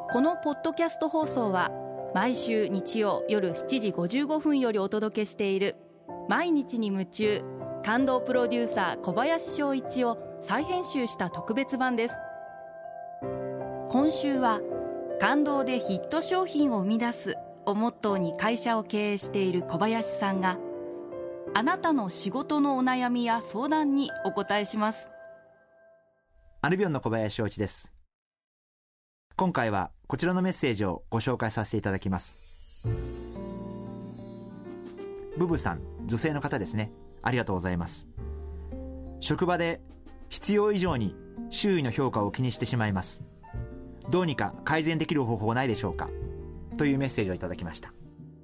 このポッドキャスト放送は毎週日曜夜7時55分よりお届けしている毎日に夢中感動プロデューサー小林翔一を再編集した特別版です。今週は感動でヒット商品を生み出すをモットーに会社を経営している小林さんがあなたの仕事のお悩みや相談にお答えします。 アルビオンの小林翔一です。今回はこちらのメッセージをご紹介させていただきます。ブブさん、女性の方ですね。ありがとうございます。職場で必要以上に周囲の評価を気にしてしまいます。どうにか改善できる方法ないでしょうか、というメッセージをいただきました。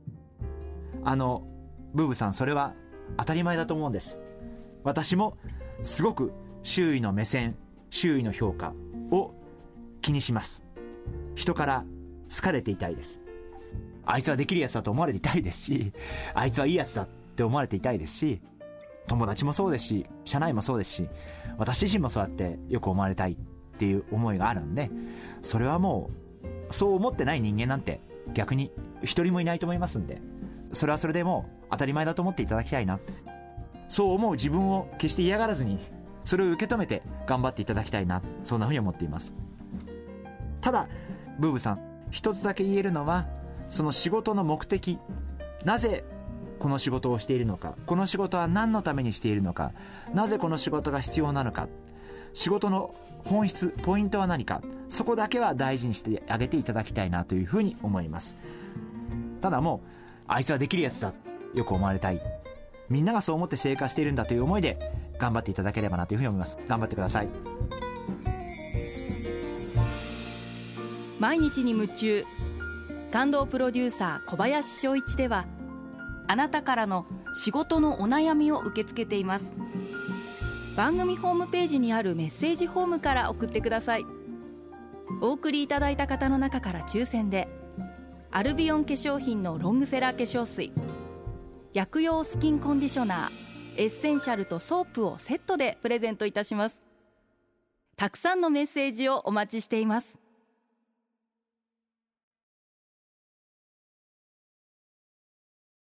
ブブさん、それは当たり前だと思うんです。私もすごく周囲の目線、周囲の評価を気にします。人から好かれていたいです。あいつはできるやつだと思われていたいですし、あいつはいいやつだって思われていたいですし、友達もそうですし、社内もそうですし、私自身もそうやってよく思われたいっていう思いがあるんで、それはもうそう思ってない人間なんて逆に一人もいないと思いますんで、それはそれでもう当たり前だと思っていただきたいなって、そう思う自分を決して嫌がらずにそれを受け止めて頑張っていただきたいな、そんなふうに思っています。ただブーブさん、一つだけ言えるのは、その仕事の目的、なぜこの仕事をしているのか、この仕事は何のためにしているのか、なぜこの仕事が必要なのか、仕事の本質、ポイントは何か、そこだけは大事にしてあげていただきたいなというふうに思います。ただもうあいつはできるやつだ、よく思われたい、みんながそう思って生活しているんだという思いで頑張っていただければなというふうに思います。頑張ってください。 毎日に夢中感動プロデューサー小林翔一では、あなたからの仕事のお悩みを受け付けています。番組ホームページにあるメッセージフォームから送ってください。お送りいただいた方の中から抽選でアルビオン化粧品のロングセラー化粧水、薬用スキンコンディショナー、エッセンシャルとソープをセットでプレゼントいたします。たくさんのメッセージをお待ちしています。